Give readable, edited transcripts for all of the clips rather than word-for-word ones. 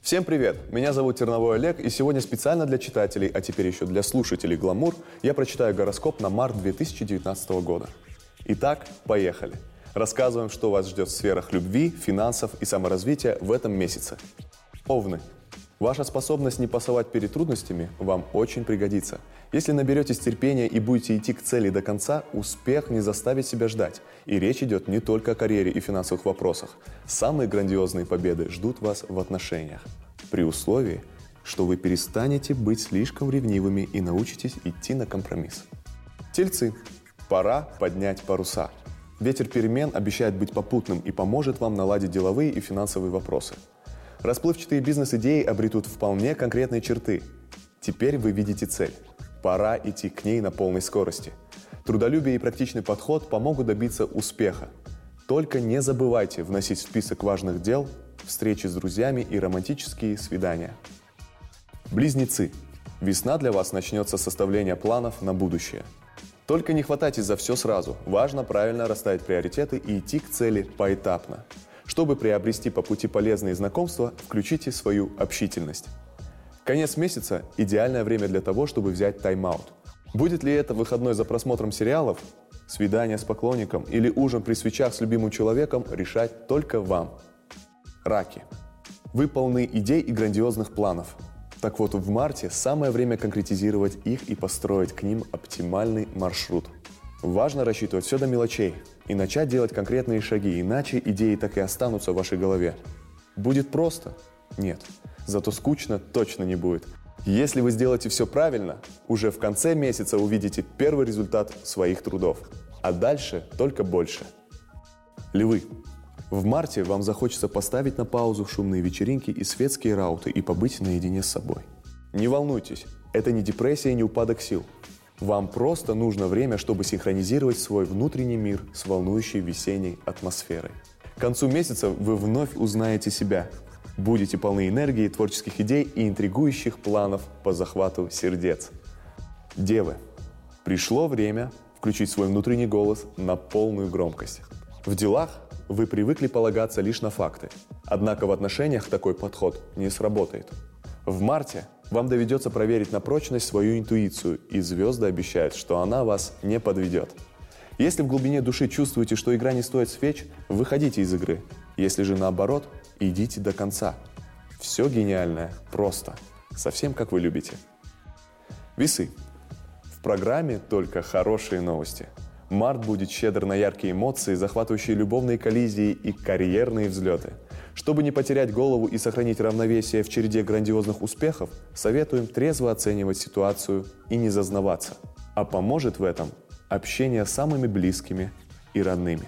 Всем привет! Меня зовут Терновой Олег, и сегодня специально для читателей, а теперь еще для слушателей «Гламур» я прочитаю гороскоп на март 2019 года. Итак, поехали! Рассказываем, что вас ждет в сферах любви, финансов и саморазвития в этом месяце. Овны. Ваша способность не пасовать перед трудностями вам очень пригодится. Если наберетесь терпения и будете идти к цели до конца, успех не заставит себя ждать. И речь идет не только о карьере и финансовых вопросах. Самые грандиозные победы ждут вас в отношениях. При условии, что вы перестанете быть слишком ревнивыми и научитесь идти на компромисс. Тельцы. Пора поднять паруса. Ветер перемен обещает быть попутным и поможет вам наладить деловые и финансовые вопросы. Расплывчатые бизнес-идеи обретут вполне конкретные черты. Теперь вы видите цель. Пора идти к ней на полной скорости. Трудолюбие и практичный подход помогут добиться успеха. Только не забывайте вносить в список важных дел встречи с друзьями и романтические свидания. Близнецы. Весна для вас начнется с составления планов на будущее. Только не хватайтесь за все сразу. Важно правильно расставить приоритеты и идти к цели поэтапно. Чтобы приобрести по пути полезные знакомства, включите свою общительность. Конец месяца – идеальное время для того, чтобы взять тайм-аут. Будет ли это выходной за просмотром сериалов, свидание с поклонником или ужин при свечах с любимым человеком, решать только вам. Раки. Вы полны идей и грандиозных планов. Так вот, в марте самое время конкретизировать их и построить к ним оптимальный маршрут. Важно рассчитывать все до мелочей и начать делать конкретные шаги, иначе идеи так и останутся в вашей голове. Будет просто? Нет. Зато скучно точно не будет. Если вы сделаете все правильно, уже в конце месяца увидите первый результат своих трудов. А дальше только больше. Львы. В марте вам захочется поставить на паузу шумные вечеринки и светские рауты и побыть наедине с собой. Не волнуйтесь, это не депрессия и не упадок сил. Вам просто нужно время, чтобы синхронизировать свой внутренний мир с волнующей весенней атмосферой. К концу месяца вы вновь узнаете себя. Будете полны энергии, творческих идей и интригующих планов по захвату сердец. Девы. Пришло время включить свой внутренний голос на полную громкость. В делах вы привыкли полагаться лишь на факты. Однако в отношениях такой подход не сработает. В марте вам доведется проверить на прочность свою интуицию, и звезды обещают, что она вас не подведет. Если в глубине души чувствуете, что игра не стоит свеч, выходите из игры. Если же наоборот, идите до конца. Все гениальное просто. Совсем как вы любите. Весы. В программе только хорошие новости. Март будет щедр на яркие эмоции, захватывающие любовные коллизии и карьерные взлеты. Чтобы не потерять голову и сохранить равновесие в череде грандиозных успехов, советуем трезво оценивать ситуацию и не зазнаваться. А поможет в этом общение с самыми близкими и родными.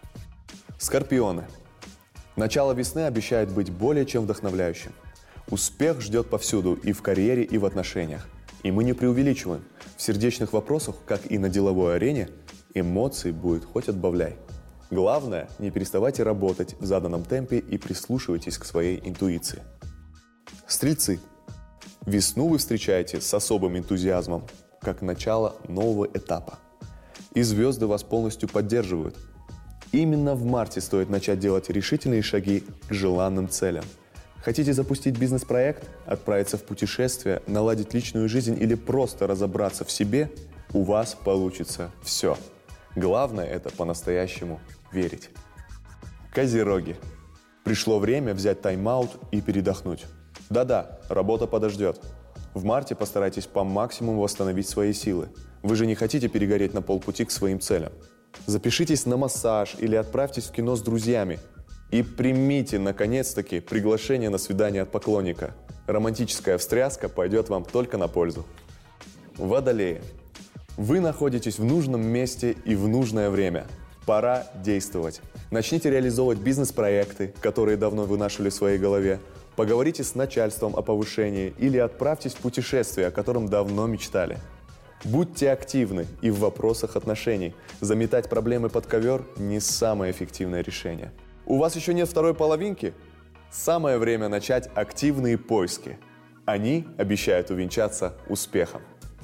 Скорпионы. Начало весны обещает быть более чем вдохновляющим. Успех ждет повсюду, и в карьере, и в отношениях. И мы не преувеличиваем. В сердечных вопросах, как и на деловой арене, эмоций будет хоть отбавляй. Главное, не переставайте работать в заданном темпе и прислушивайтесь к своей интуиции. Стрельцы. Весну вы встречаете с особым энтузиазмом, как начало нового этапа. И звезды вас полностью поддерживают. Именно в марте стоит начать делать решительные шаги к желанным целям. Хотите запустить бизнес-проект, отправиться в путешествие, наладить личную жизнь или просто разобраться в себе, у вас получится все. Главное – это по-настоящему верить. Козероги. Пришло время взять тайм-аут и передохнуть. Да-да, работа подождет. В марте постарайтесь по максимуму восстановить свои силы. Вы же не хотите перегореть на полпути к своим целям. Запишитесь на массаж или отправьтесь в кино с друзьями. И примите, наконец-таки, приглашение на свидание от поклонника. Романтическая встряска пойдет вам только на пользу. Водолеи. Вы находитесь в нужном месте и в нужное время. Пора действовать. Начните реализовывать бизнес-проекты, которые давно вынашивали в своей голове. Поговорите с начальством о повышении или отправьтесь в путешествие, о котором давно мечтали. Будьте активны и в вопросах отношений. Заметать проблемы под ковер – не самое эффективное решение. У вас еще нет второй половинки? Самое время начать активные поиски. Они обещают увенчаться успехом.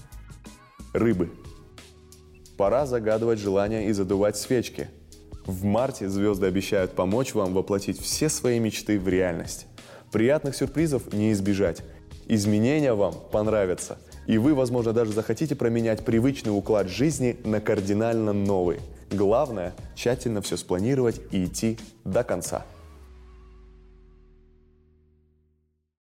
Рыбы. Пора загадывать желания и задувать свечки. В марте звезды обещают помочь вам воплотить все свои мечты в реальность. Приятных сюрпризов не избежать. Изменения вам понравятся. И вы, возможно, даже захотите променять привычный уклад жизни на кардинально новый. Главное – тщательно все спланировать и идти до конца.